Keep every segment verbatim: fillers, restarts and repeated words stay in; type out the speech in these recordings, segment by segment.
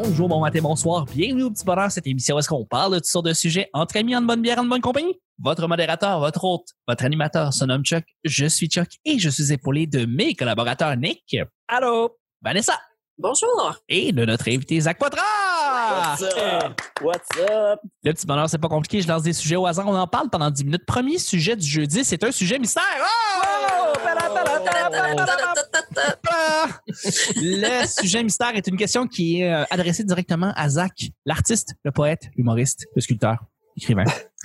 bonjour, bon matin, bonsoir, bienvenue au Petit Bonheur, cette émission où est-ce qu'on parle de toutes sortes de sujets entre amis, en bonne bière, en bonne compagnie. Votre modérateur, votre hôte, votre animateur se nomme Chuck, je suis Chuck et je suis épaulé de mes collaborateurs Nick. Allô, Vanessa. Bonjour. Et de notre invité Zach Poitras. What's up? What's up? Le Petit Bonheur, c'est pas compliqué, je lance des sujets au hasard, on en parle pendant dix minutes. Premier sujet du jeudi, c'est un sujet mystère. Oh! Le sujet mystère est une question qui est adressée directement à Zach, l'artiste, le poète, l'humoriste, le sculpteur, l'écrivain.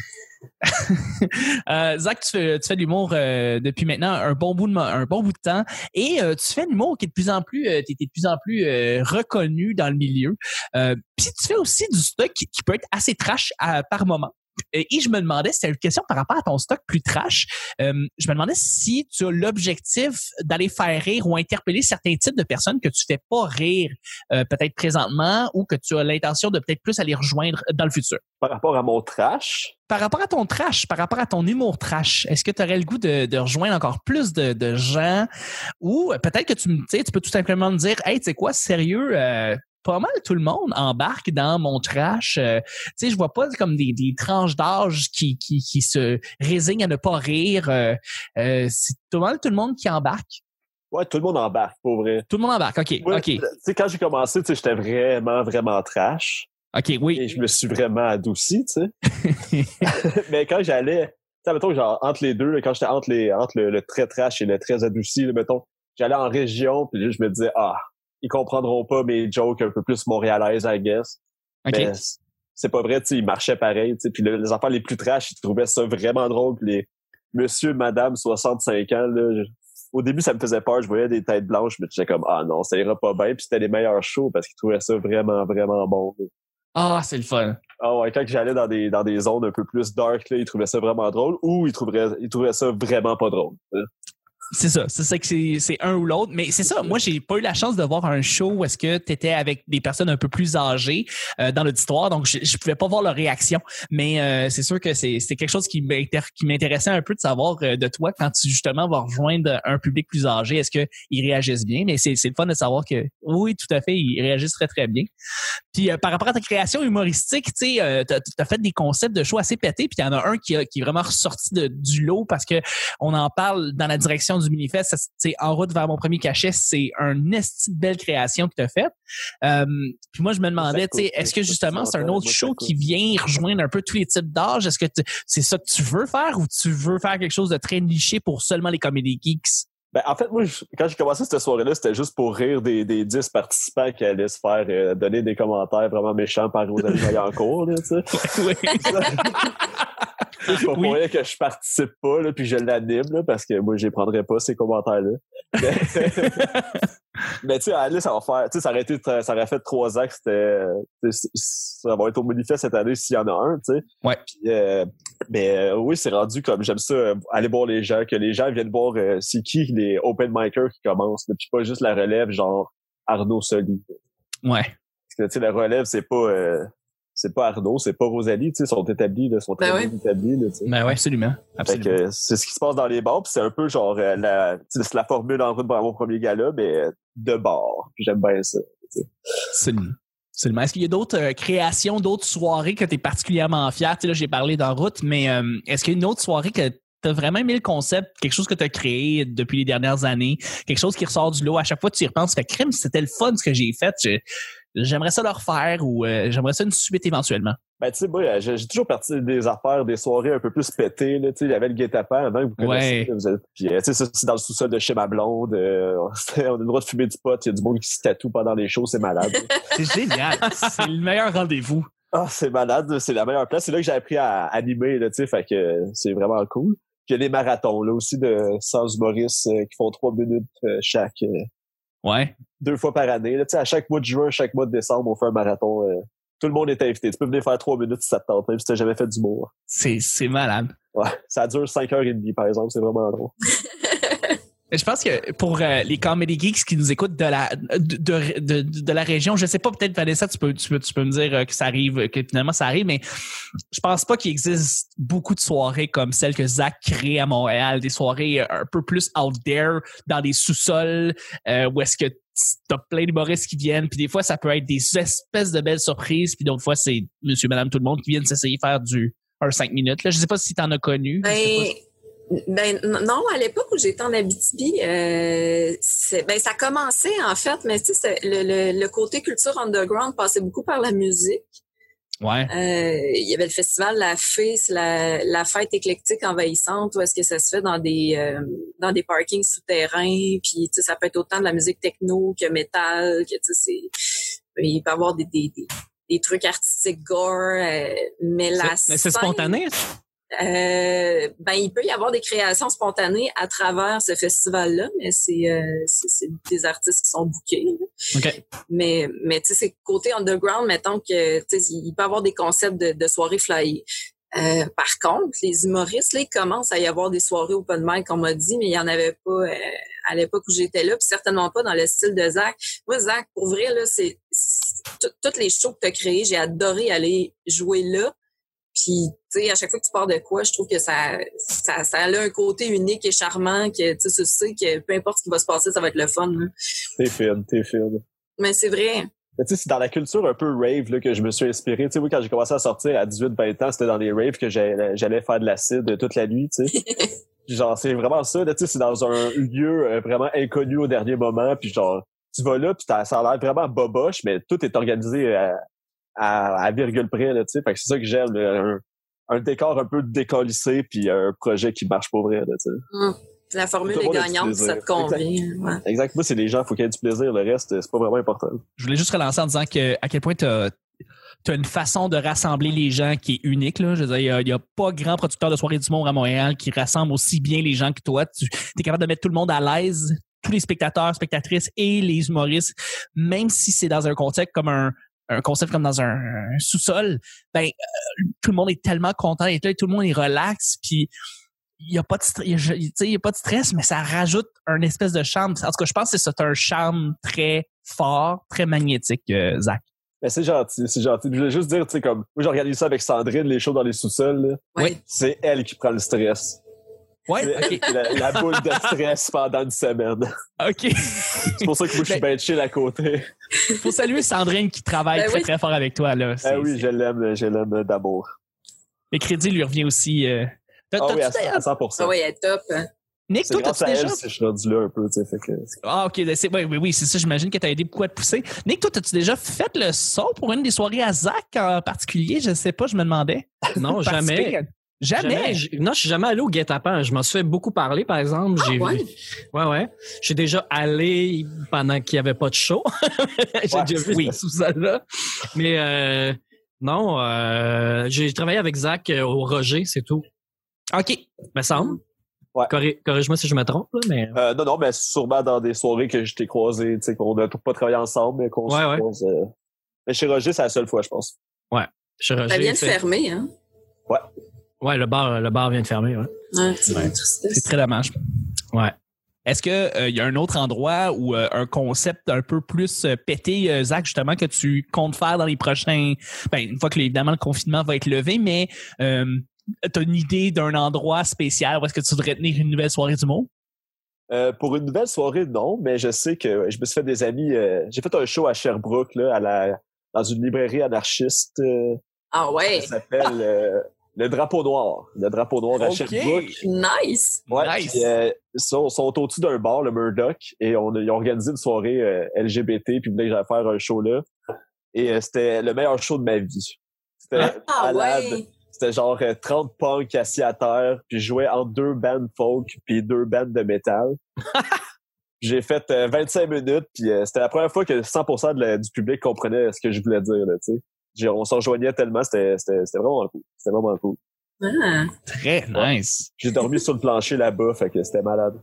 euh, Zach, tu fais, tu fais de l'humour euh, depuis maintenant un bon bout de un bon bout de temps et euh, tu fais de l'humour qui est de plus en plus, euh, t'es de plus en plus euh, reconnu dans le milieu. Euh, Puis tu fais aussi du stock qui, qui peut être assez trash à, par moment. Et je me demandais, c'était une question par rapport à ton stock plus trash. Euh, je me demandais si tu as l'objectif d'aller faire rire ou interpeller certains types de personnes que tu fais pas rire euh, peut-être présentement ou que tu as l'intention de peut-être plus aller rejoindre dans le futur. Par rapport à mon trash? Par rapport à ton trash, par rapport à ton humour trash, est-ce que tu aurais le goût de, de rejoindre encore plus de, de gens ou peut-être que tu me, tu sais, tu peux tout simplement me dire, hey, tu sais quoi, sérieux, euh, pas mal tout le monde embarque dans mon trash. Euh, tu sais, je vois pas comme des, des tranches d'âge qui, qui, qui se résignent à ne pas rire. Euh, euh, c'est pas mal tout le monde qui embarque. Ouais, tout le monde embarque, pour vrai. Tout le monde embarque, OK. Ouais, OK. Tu sais, quand j'ai commencé, tu sais, j'étais vraiment, vraiment trash. OK, oui. Et je me suis vraiment adouci, tu sais. Mais quand j'allais, tu sais, mettons, genre, entre les deux, là, quand j'étais entre les, entre le, le très trash et le très adouci, là, mettons, j'allais en région, puis là, je me disais, ah, ils comprendront pas mes jokes un peu plus montréalaises, I guess. OK. Mais c'est pas vrai, tu sais, ils marchaient pareil, tu sais. Puis le, les enfants les plus trash, ils trouvaient ça vraiment drôle. Puis les monsieur, madame, soixante-cinq ans, là, je, au début, ça me faisait peur. Je voyais des têtes blanches, mais j'étais comme, ah non, ça ira pas bien. Puis c'était les meilleurs shows parce qu'ils trouvaient ça vraiment, vraiment bon. Ah, c'est le fun. Ah ouais, quand j'allais dans des dans des zones un peu plus dark, là, ils trouvaient ça vraiment drôle ou ils trouveraient ils trouvaient ça vraiment pas drôle. C'est ça, c'est ça que c'est, c'est un ou l'autre. Mais c'est ça, moi, j'ai pas eu la chance de voir un show où est-ce que tu étais avec des personnes un peu plus âgées euh, dans l'auditoire, donc je, je pouvais pas voir leur réaction. Mais euh, c'est sûr que c'est, c'est quelque chose qui, m'intér- qui m'intéressait un peu de savoir euh, de toi quand tu justement vas rejoindre un public plus âgé. Est-ce qu'ils réagissent bien? Mais c'est, c'est le fun de savoir que oui, tout à fait, ils réagissent très, très bien. Puis euh, par rapport à ta création humoristique, tu sais, euh, t'as, t'as fait des concepts de show assez pétés, puis il y en a un qui, a, qui est vraiment ressorti de, du lot parce que on en parle dans la direction du Minifest, c'est En route vers mon premier cachet, c'est un esti de belle création que tu as faite. Euh, puis moi, je me demandais, tu sais, est-ce que justement, c'est un autre show qui vient rejoindre un peu tous les types d'âge? Est-ce que c'est ça que tu veux faire ou tu veux faire quelque chose de très niché pour seulement les comedy geeks? Ben, en fait, moi, je, quand j'ai commencé cette soirée-là, c'était juste pour rire des, des dix participants qui allaient se faire euh, donner des commentaires vraiment méchants par Rosalie Vaillancourt, là, tu sais. Oui. C'est pas pour rien que je participe pas, là, puis je l'anime, là, parce que moi, je les prendrais pas, ces commentaires-là. Mais, mais tu sais, Alice, ça va faire, tu sais, ça aurait été, ça aurait fait trois ans que c'était, ça va être au Minifest cette année s'il y en a un, tu sais. Ouais. Puis, euh, mais euh, oui, c'est rendu comme, j'aime ça, euh, aller voir les gens, que les gens viennent voir euh, c'est qui les open micers qui commencent, là, puis pas juste la relève, genre Arnaud Soli. Ouais. Parce que, tu sais, la relève, c'est pas... Euh, c'est pas Arnaud, c'est pas Rosalie, tu sais, sont établis, là, sont très ben bien ouais. établis, là, tu sais. Ben ouais, absolument. absolument. Fait que c'est ce qui se passe dans les bars, puis c'est un peu genre euh, la, c'est la formule en route vers mon premier gala, mais de bar. Puis j'aime bien ça. Tu sais. Absolument. Absolument. Est-ce qu'il y a d'autres euh, créations, d'autres soirées que tu es particulièrement fier? Tu sais, là, j'ai parlé d'En route, mais euh, est-ce qu'il y a une autre soirée que tu as vraiment aimé le concept, quelque chose que tu as créé depuis les dernières années, quelque chose qui ressort du lot? À chaque fois que tu y repenses, tu fais crime, c'était le fun ce que j'ai fait. Je, J'aimerais ça le refaire ou euh, j'aimerais ça une suite éventuellement. Ben, tu sais, moi, j'ai, j'ai toujours parti des affaires, des soirées un peu plus pétées, là. Tu sais, il y avait le guet-apens avant, vous connaissez. Ouais. Là, vous êtes, puis, tu sais, ça, c'est dans le sous-sol de chez ma blonde. Euh, on a le droit de fumer du pot. Il y a du monde qui se tatoue pendant les shows, c'est malade. C'est génial. C'est le meilleur rendez-vous. Ah, c'est malade. C'est la meilleure place. C'est là que j'ai appris à animer, là, tu sais. Fait que c'est vraiment cool. Puis il y a les marathons, là, aussi, de cent humoristes euh, qui font trois minutes euh, chaque. Euh, Ouais. Deux fois par année. Là, à chaque mois de juin, chaque mois de décembre, on fait un marathon. Euh, tout le monde est invité. Tu peux venir faire trois minutes si ça te tente, même si t'as jamais fait d'humour. C'est, c'est malade. Ouais, ça dure cinq heures et demie, par exemple. C'est vraiment long. Je pense que pour euh, les comedy geeks qui nous écoutent de la de, de, de, de la région, je sais pas, peut-être Vanessa, tu peux tu peux tu peux me dire euh, que ça arrive, que finalement ça arrive, mais je pense pas qu'il existe beaucoup de soirées comme celle que Zach crée à Montréal, des soirées un peu plus out there dans des sous-sols euh, où est-ce que t'as plein d'humoristes qui viennent, puis des fois, ça peut être des espèces de belles surprises, puis d'autres fois, c'est monsieur, madame, tout le monde qui viennent s'essayer faire du un cinq minutes. Là. Je sais pas si t'en as connu. Ben, ben non, à l'époque où j'étais en Abitibi, euh, ben, ça commençait en fait, mais tu sais, le, le, le côté culture underground passait beaucoup par la musique. Ouais. Euh, il y avait le festival La Fée, c'est la, la fête éclectique envahissante, où est-ce que ça se fait dans des euh, dans des parkings souterrains, puis tu sais, ça peut être autant de la musique techno que métal, que tu sais, c'est il peut y avoir des des, des, des trucs artistiques gore, euh, mais la c'est, mais c'est spontané. Euh, ben il peut y avoir des créations spontanées à travers ce festival-là, mais c'est euh, c'est, c'est des artistes qui sont bookés. Okay. Mais mais tu sais c'est côté underground, mettons que tu sais il peut y avoir des concepts de, de soirées flyées. Euh, par contre, les humoristes là, ils commencent à y avoir des soirées open mic, on m'a dit, mais il y en avait pas euh, à l'époque où j'étais là, puis certainement pas dans le style de Zach. Moi, Zach, pour vrai là, c'est, c'est toutes les shows que tu as créés, j'ai adoré aller jouer là. Puis, tu sais, à chaque fois que tu pars de quoi, je trouve que ça, ça, ça a un côté unique et charmant que, tu sais, tu sais que peu importe ce qui va se passer, ça va être le fun. Là. T'es fine, t'es fine. Mais c'est vrai. Mais tu sais, c'est dans la culture un peu rave là, que je me suis inspiré. Tu sais, oui, quand j'ai commencé à sortir à dix-huit vingt ans, c'était dans les raves que j'allais, j'allais faire de l'acide toute la nuit, tu sais. Genre, c'est vraiment ça. Tu sais, c'est dans un lieu vraiment inconnu au dernier moment. Puis genre, tu vas là, puis ça a l'air vraiment boboche, mais tout est organisé à... À, à virgule près, là, tu sais. Fait que c'est ça que j'aime, là, un, un décor un peu décollissé puis un projet qui marche pour vrai, là, tu sais. Mmh. La formule est gagnante, ça te convient. Exact. Ouais. exact. Moi, c'est les gens, faut qu'il y ait du plaisir. Le reste, c'est pas vraiment important. Je voulais juste relancer en disant que à quel point t'as t'as une façon de rassembler les gens qui est unique, là. Je veux dire, il y a, a pas grand producteur de soirée d'humour à Montréal qui rassemble aussi bien les gens que toi. Tu es capable de mettre tout le monde à l'aise, tous les spectateurs, spectatrices et les humoristes, même si c'est dans un contexte comme un un concept comme dans un, un sous-sol, ben euh, tout le monde est tellement content d'être là, tout le monde est relax, puis il y a pas de stress, il y a pas de stress, mais ça rajoute un espèce de charme. En tout cas, je pense que c'est un charme très fort, très magnétique, euh, Zach. Ben, c'est gentil, c'est gentil. Je voulais juste dire, tu sais, comme moi j'organise ça avec Sandrine, les shows dans les sous-sols, là. Oui. C'est elle qui prend le stress. Ouais, OK. La, la boule de stress pendant une semaine. OK. C'est pour ça que moi, je suis bien chill à côté. Faut saluer Sandrine qui travaille ben très, oui. très fort avec toi, là. Ah oui, je l'aime, je l'aime d'amour. Le crédit lui revient aussi. Euh... Ah oui, à cent pour cent. Ah oui, elle est top. Hein? Nick, c'est toi, grâce t'as-tu à déjà... elle si je suis rendu là un peu, tu sais, fait que... Ah, OK, c'est, oui, oui, oui, c'est ça, j'imagine que t'as aidé beaucoup à te pousser. Nick, toi, t'as-tu déjà fait le son pour une des soirées à Zach en particulier? Je sais pas, je me demandais. Non, jamais. Jamais. Jamais. Je, non, je suis jamais allé au guet-apens. Je m'en suis fait beaucoup parler, par exemple. Ah, J'ai ouais? vu. Ouais, ouais. J'ai déjà allé pendant qu'il n'y avait pas de show. J'ai Ouais, déjà vu oui. sous ça là. Mais euh, non, euh, j'ai travaillé avec Zach au Roger, c'est tout. OK. Me semble. Ouais. Corri- Corrige-moi si je me trompe, là, mais. Euh, non, non, mais sûrement dans des soirées que je t'ai croisé, tu sais, qu'on n'a pas travaillé ensemble, mais qu'on Ouais, se ouais. croise. Euh... Mais chez Roger, c'est la seule fois, je pense. Ouais. Chez Roger. Ça vient de c'est- fermer, hein? Ouais. Ouais, le bar, le bar vient de fermer, ouais. Ouais, c'est Ouais. une tristesse. C'est très dommage. Ouais. Est-ce que euh, y a un autre endroit ou euh, un concept un peu plus euh, pété, euh, Zach, justement, que tu comptes faire dans les prochains... Ben, une fois que, évidemment, le confinement va être levé, mais euh, t'as une idée d'un endroit spécial où est-ce que tu voudrais tenir une nouvelle soirée d'humour? Euh, pour une nouvelle soirée, non, mais je sais que je me suis fait des amis. Euh, j'ai fait un show à Sherbrooke, là, à la, dans une librairie anarchiste. Euh, Ah ouais. Ça s'appelle euh, Le Drapeau Noir. Le Drapeau Noir à Ok. Sherbrooke. Nice. Ouais, Nice. puis, euh, ils sont, sont au-dessus d'un bar, le Murdoch, et on a, ils ont organisé une soirée euh, L G B T, puis ils voulaient que j'aille faire un show là. Et euh, c'était le meilleur show de ma vie. C'était Ah malade. ouais. C'était genre euh, trente punks assis à terre, puis je jouais entre deux bands folk puis deux bands de métal. J'ai fait euh, vingt-cinq minutes, puis euh, c'était la première fois que cent pour cent de la, du public comprenait ce que je voulais dire, là, tu sais. J'ai- On s'en rejoignait tellement, c'était, c'était, c'était vraiment cool. C'était vraiment cool. Ah. Très nice. J'ai dormi sur le plancher là-bas, fait que c'était malade.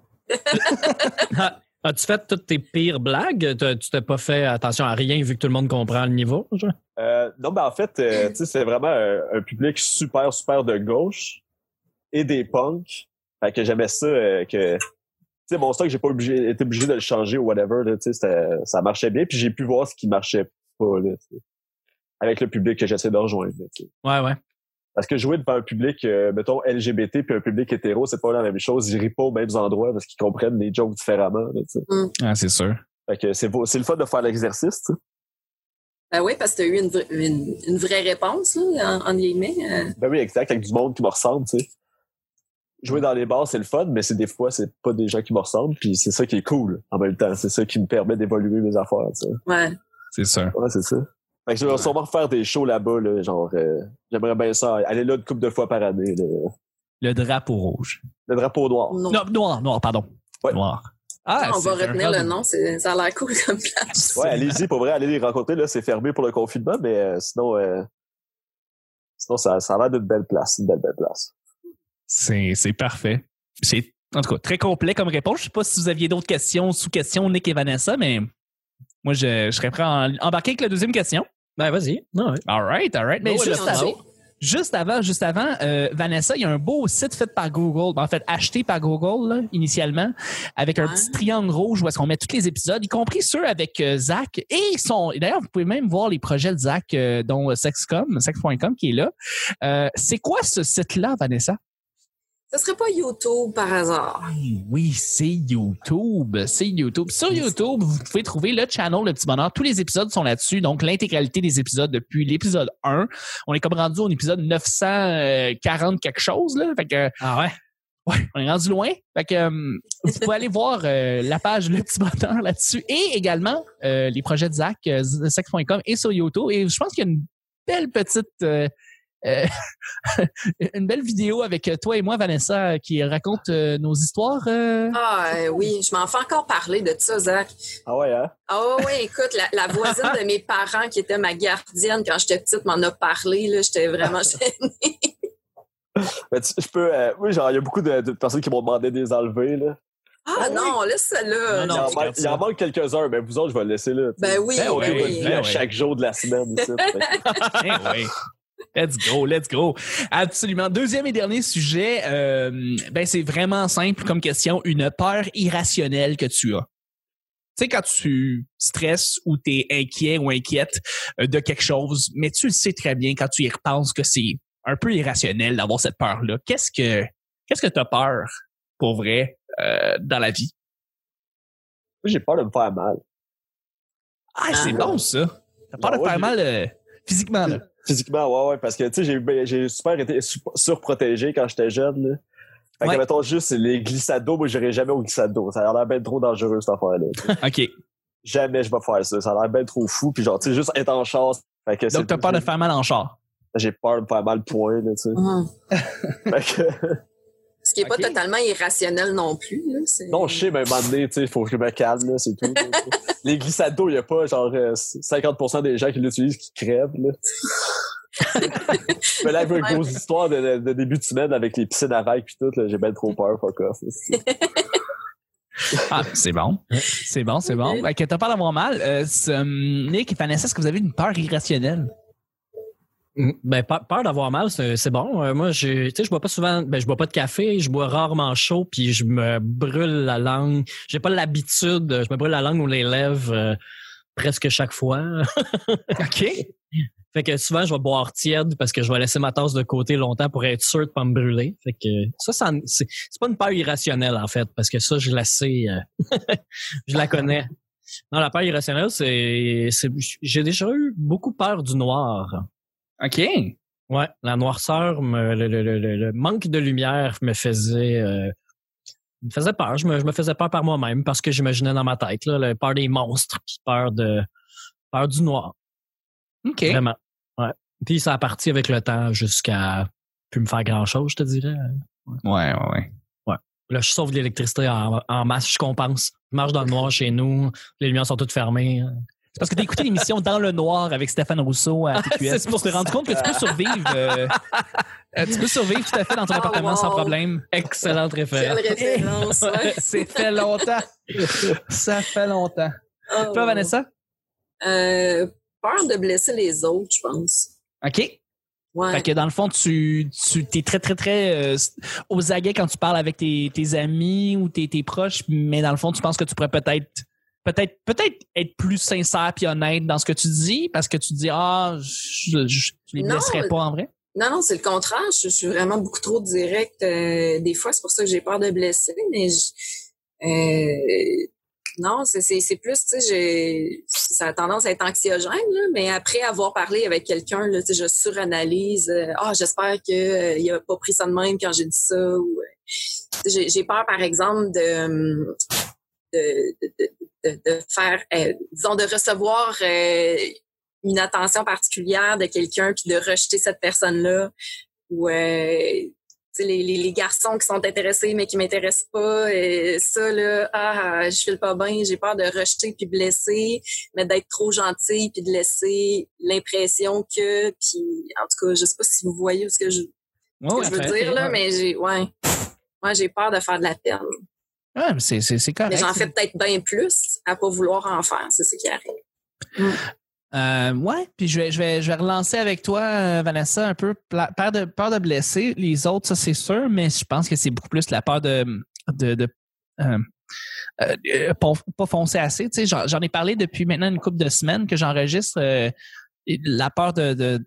Ah, as-tu fait toutes tes pires blagues? T'as- Tu t'es pas fait attention à rien vu que tout le monde comprend le niveau, genre? Euh, non, ben en fait, euh, tu sais, c'est vraiment un, un public super, super de gauche et des punks. Fait que j'aimais ça, euh, que... Tu sais, mon stock, j'ai pas obligé, été obligé de le changer ou whatever, là, tu sais, c'était- ça marchait bien, puis j'ai pu voir ce qui marchait pas, là, tu sais, avec le public que j'essaie de rejoindre, là, tu sais. Ouais, ouais. Parce que jouer devant un public, euh, mettons, L G B T puis un public hétéro, c'est pas la même chose. Ils rient pas aux mêmes endroits parce qu'ils comprennent les jokes différemment, là, tu sais. Ah, c'est sûr. Fait que c'est, c'est le fun de faire l'exercice, tu sais. Ben oui, parce que tu as eu une, une, une vraie réponse, là, en, en guillemets. Euh. Ben oui, exact, avec du monde qui me ressemble, tu sais. Jouer dans les bars, c'est le fun, mais c'est des fois, c'est pas des gens qui me ressemblent, puis c'est ça qui est cool en même temps. C'est ça qui me permet d'évoluer mes affaires, tu sais. Ouais. C'est sûr. Ouais, c'est ça. Fait que je vais sûrement faire des shows là-bas, là, genre, euh, j'aimerais bien ça, aller là une couple de fois par année, là. Le drapeau rouge. Le drapeau noir. Non. Non, noir, noir, pardon. Ouais. Noir. Ah, on va c'est retenir un le nom, c'est, ça a l'air cool comme place. Ouais, allez-y, pour vrai, allez les rencontrer, là, c'est fermé pour le confinement, mais euh, sinon, euh, sinon ça, ça a l'air d'une belle place, une belle, belle place. C'est, c'est parfait. C'est, en tout cas, très complet comme réponse. Je sais pas si vous aviez d'autres questions, sous-questions, Nick et Vanessa, mais moi, je, je serais prêt à en- embarquer avec la deuxième question. Ben, vas-y. Non, ouais. All right, all right. Mais Ouais, juste, le avant, bravo. juste avant, juste avant, euh, Vanessa, il y a un beau site fait par Google, en fait, acheté par Google, là, initialement, avec un Ouais. petit triangle rouge où est-ce qu'on met tous les épisodes, y compris ceux avec euh, Zach. Et son, et d'ailleurs, vous pouvez même voir les projets de Zach, euh, dont Sexcom, sex point com, qui est là. Euh, c'est quoi ce site-là, Vanessa? Ce serait pas YouTube par hasard. Oui, c'est YouTube. C'est YouTube. Sur YouTube, vous pouvez trouver le channel Le Petit Bonheur. Tous les épisodes sont là-dessus. Donc, l'intégralité des épisodes depuis l'épisode un. On est comme rendu au épisode neuf cent quarante quelque chose, là. Fait que, Ah ouais? ouais, on est rendu loin. Fait que, euh, vous pouvez aller voir euh, la page Le Petit Bonheur là-dessus. Et également, euh, les projets de Zach, euh, sex point com et sur YouTube. Et je pense qu'il y a une belle petite... euh, Euh, une belle vidéo avec toi et moi, Vanessa, qui raconte euh, nos histoires. Euh... Ah euh, oui, je m'en fais encore parler de ça, Zach. Ah ouais, hein? Ah oui, écoute, la, la voisine de mes parents qui était ma gardienne quand j'étais petite m'en a parlé. Là, j'étais vraiment gênée. Ben, tu- je peux, euh, oui, genre, il y a beaucoup de, de personnes qui m'ont demandé de les enlever, là. Ah non, laisse ça là. Non, il, non, en c'est manque, grave, il en ça. manque quelques-uns, mais vous autres, je vais le laisser là. tu sais. Ben oui, Ben, on oui, est oui. à chaque jour de la semaine. ici. Eh oui. Let's go, let's go. Absolument. Deuxième et dernier sujet, euh, ben c'est vraiment simple comme question, une peur irrationnelle que tu as. Tu sais, quand tu stresses ou tu es inquiet ou inquiète euh, de quelque chose, mais tu le sais très bien quand tu y repenses que c'est un peu irrationnel d'avoir cette peur-là. Qu'est-ce que qu'est-ce que tu as peur pour vrai euh, dans la vie? Moi, j'ai peur de me faire mal. Ah, c'est Ah. bon ça. T'as peur Ben de te ouais, faire j'ai- mal euh, physiquement, là. Physiquement, ouais, ouais, parce que, tu sais, j'ai, ben, j'ai super été su- surprotégé quand j'étais jeune, là. Fait que, Ouais. mettons, juste les glissades d'eau, moi, j'irai jamais au glissade d'eau. Ça a l'air bien trop dangereux, cette affaire-là. tu sais. OK. Jamais je vais faire ça. Ça a l'air bien trop fou. Puis genre, tu sais, juste être en char. Fait que c'est- Donc, t'as peur de te faire mal en char. J'ai peur de me faire mal, point, là, tu sais. Hum. Fait que, Ce qui n'est Ok. pas totalement irrationnel non plus. Là. C'est... non, je sais, mais à un moment donné, tu sais, il faut que je me calme, là, c'est tout. là, tu sais. Les glissades d'eau, il n'y a pas, genre, euh, cinquante pour cent des gens qui l'utilisent qui crèvent, là. Mais là, avec une grosse histoire de, de, de début de semaine avec les piscines à vagues pis tout, là, j'ai bien trop peur, fuck off. là. Ah, c'est bon. C'est bon, c'est bon. Fait que t'as peur d'avoir mal. Euh, c'est, euh, Nick et Vanessa, est-ce que vous avez une peur irrationnelle? Ben, peur, peur d'avoir mal, c'est, c'est bon. Euh, moi, j'ai, tu sais, je bois pas souvent, ben, je bois pas de café, je bois rarement chaud, puis je me brûle la langue. J'ai pas l'habitude, je me brûle la langue ou les lèvres euh, presque chaque fois. OK. Fait que souvent, je vais boire tiède parce que je vais laisser ma tasse de côté longtemps pour être sûr de pas me brûler. Fait que ça, ça c'est, c'est pas une peur irrationnelle, en fait, parce que ça, je la sais, euh, je la connais. Non, la peur irrationnelle, c'est, c'est, j'ai déjà eu beaucoup peur du noir. OK. Ouais, la noirceur, me, le, le, le, le manque de lumière me faisait euh, me faisait peur. Je me, je me faisais peur par moi-même parce que j'imaginais dans ma tête là, la peur des monstres, puis peur de peur du noir. OK. Vraiment. Ouais. Puis ça a parti avec le temps jusqu'à plus me faire grand-chose, je te dirais. Ouais, ouais, ouais. Là, je sauve de l'électricité en, en masse, je compense. Je marche dans le noir chez nous, les lumières sont toutes fermées. C'est parce que t'as écouté l'émission Dans le Noir avec Stéphane Rousseau à T Q S. C'est pour te rendre compte que tu peux survivre. euh, euh, tu peux survivre tout à fait dans ton Oh, appartement wow. sans problème. Excellente Quelle référence. référence, ouais. C'est fait longtemps. Ça fait longtemps. Oh, Toi, Vanessa? Euh, peur de blesser les autres, je pense. OK. Ouais. Fait que dans le fond, tu, tu t'es très, très, très euh, aux aguets quand tu parles avec tes, tes amis ou tes, tes proches, mais dans le fond, tu penses que tu pourrais peut-être peut-être peut-être être plus sincère puis honnête dans ce que tu dis parce que tu dis ah je, je, je les Non, blesserais pas en vrai. Non, non, c'est le contraire. Je, je suis vraiment beaucoup trop directe. Euh, des fois, c'est pour ça que j'ai peur de blesser, mais je, euh, Non, c'est, c'est, c'est plus, tu sais, j'ai, ça a tendance à être anxiogène, là, mais après avoir parlé avec quelqu'un, là, tu sais, je suranalyse. Euh, ah, j'espère qu'il euh, il a pas pris ça de même quand j'ai dit ça. Ou, euh, j'ai, j'ai peur, par exemple, de, de, de, de, de faire, euh, disons, de recevoir euh, une attention particulière de quelqu'un puis de rejeter cette personne-là. Ou euh, Les, les, les garçons qui sont intéressés mais qui m'intéressent pas, et ça là, ah, je file pas bien, j'ai peur de rejeter puis blesser, mais d'être trop gentille puis de laisser l'impression que, puis en tout cas, je sais pas si vous voyez ce que je, ce Ouais, que je veux fait, dire là, ouais. mais j'ai, ouais, moi j'ai peur de faire de la peine. Ouais, mais c'est, c'est, c'est correct. Mais j'en fais peut-être bien plus à pas vouloir en faire, c'est ce qui arrive. Mm. Euh, ouais, puis je vais, je vais, je vais relancer avec toi, euh, Vanessa, un peu pla- peur de, peur de blesser. Les autres, ça c'est sûr, mais je pense que c'est beaucoup plus la peur de, de, de euh, euh, pas, pas foncer assez. Tu sais, j'en, j'en ai parlé depuis maintenant une couple de semaines que j'enregistre. Euh, la peur de, de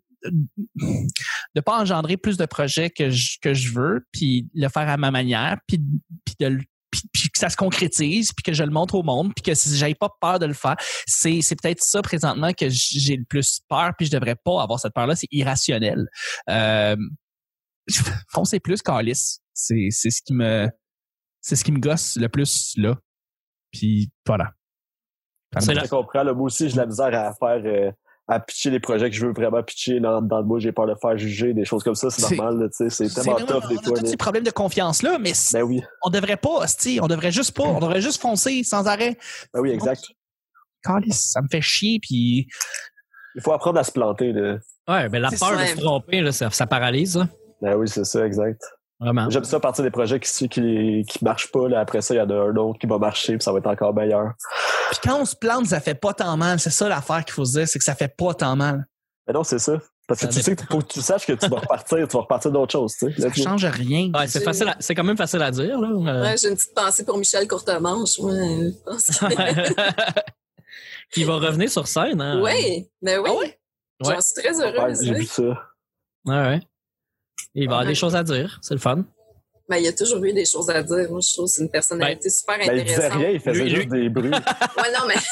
de pas engendrer plus de projets que je, que je veux, puis le faire à ma manière, puis, puis de Puis, puis que ça se concrétise, puis que je le montre au monde, puis que si j'avais pas peur de le faire, c'est c'est peut-être ça présentement que j'ai le plus peur, puis je devrais pas avoir cette peur-là, c'est irrationnel. Euh, foncez plus, câlisse. C'est c'est ce qui me c'est ce qui me gosse le plus là. Puis voilà. C'est là. Je comprends. Là, moi aussi, j'ai de la misère à faire euh, à pitcher les projets que je veux vraiment pitcher dans, dans le bois. J'ai peur de faire juger, des choses comme ça. C'est, c'est normal. Là, c'est, c'est tellement c'est tough des on fois. On a tous ces problèmes de confiance-là, mais ben oui. on devrait pas, c'ti, on devrait juste pas. On devrait juste foncer sans arrêt. Ben oui, exact. Câlisse, ça me fait chier, puis... Il faut apprendre à se planter. Là. Ouais, ben la C'est peur ça. de se tromper, là, ça, ça paralyse. Là. Ben oui, c'est ça, exact. Vraiment. J'aime ça partir des projets qui, qui, qui marchent pas. Là. Après ça, il y en a un autre qui va marcher, puis ça va être encore meilleur. Puis quand on se plante, ça fait pas tant mal. C'est ça l'affaire qu'il faut se dire, c'est que ça fait pas tant mal. Mais non, c'est ça. Parce que Ça tu sais qu'il faut que tu saches que tu vas repartir, tu vas repartir d'autre chose. Tu sais. Ça Là, tu- change rien. Ouais, c'est facile, à- c'est quand même facile à dire. Là. Euh, Ouais, j'ai une petite pensée pour Michel Courtemanche, moi. Je pense que... Qui va revenir sur scène. Hein? oui, mais oui. Ah ouais? J'en Ouais. suis très Ouais, heureuse. j'ai oui. vu ça. Ouais, ouais. Il va avoir Ouais. des choses à dire. C'est le fun. Ben, il y a toujours eu des choses à dire. Moi, je trouve que c'est une personnalité super Ben, il disait intéressante. rien, il faisait Lui- juste des bruits. Ouais, non, mais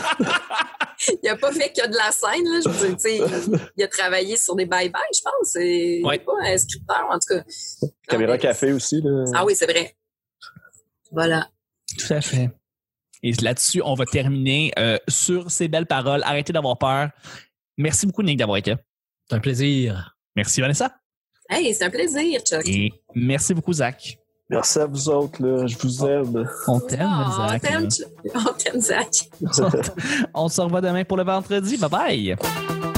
il a pas fait que de la scène, là. Je veux dire, tu sais, il, il a travaillé sur des bye-bye, je pense. C'est Ouais. il est pas un scripteur, en tout cas. Caméra Non, mais- café aussi. Là. Ah oui, c'est vrai. Voilà. Tout à fait. Et là-dessus, on va terminer euh, sur ces belles paroles. Arrêtez d'avoir peur. Merci beaucoup, Nick, d'avoir été là. C'est un plaisir. Merci, Vanessa. Hey, c'est un plaisir, Chuck. Et merci beaucoup, Zach. Merci à vous autres. Là. Je vous aime. On t'aime, Oh, Zach. on t'aime, Chuck. On t'aime, Zach. On se revoit demain pour le vendredi. Bye bye.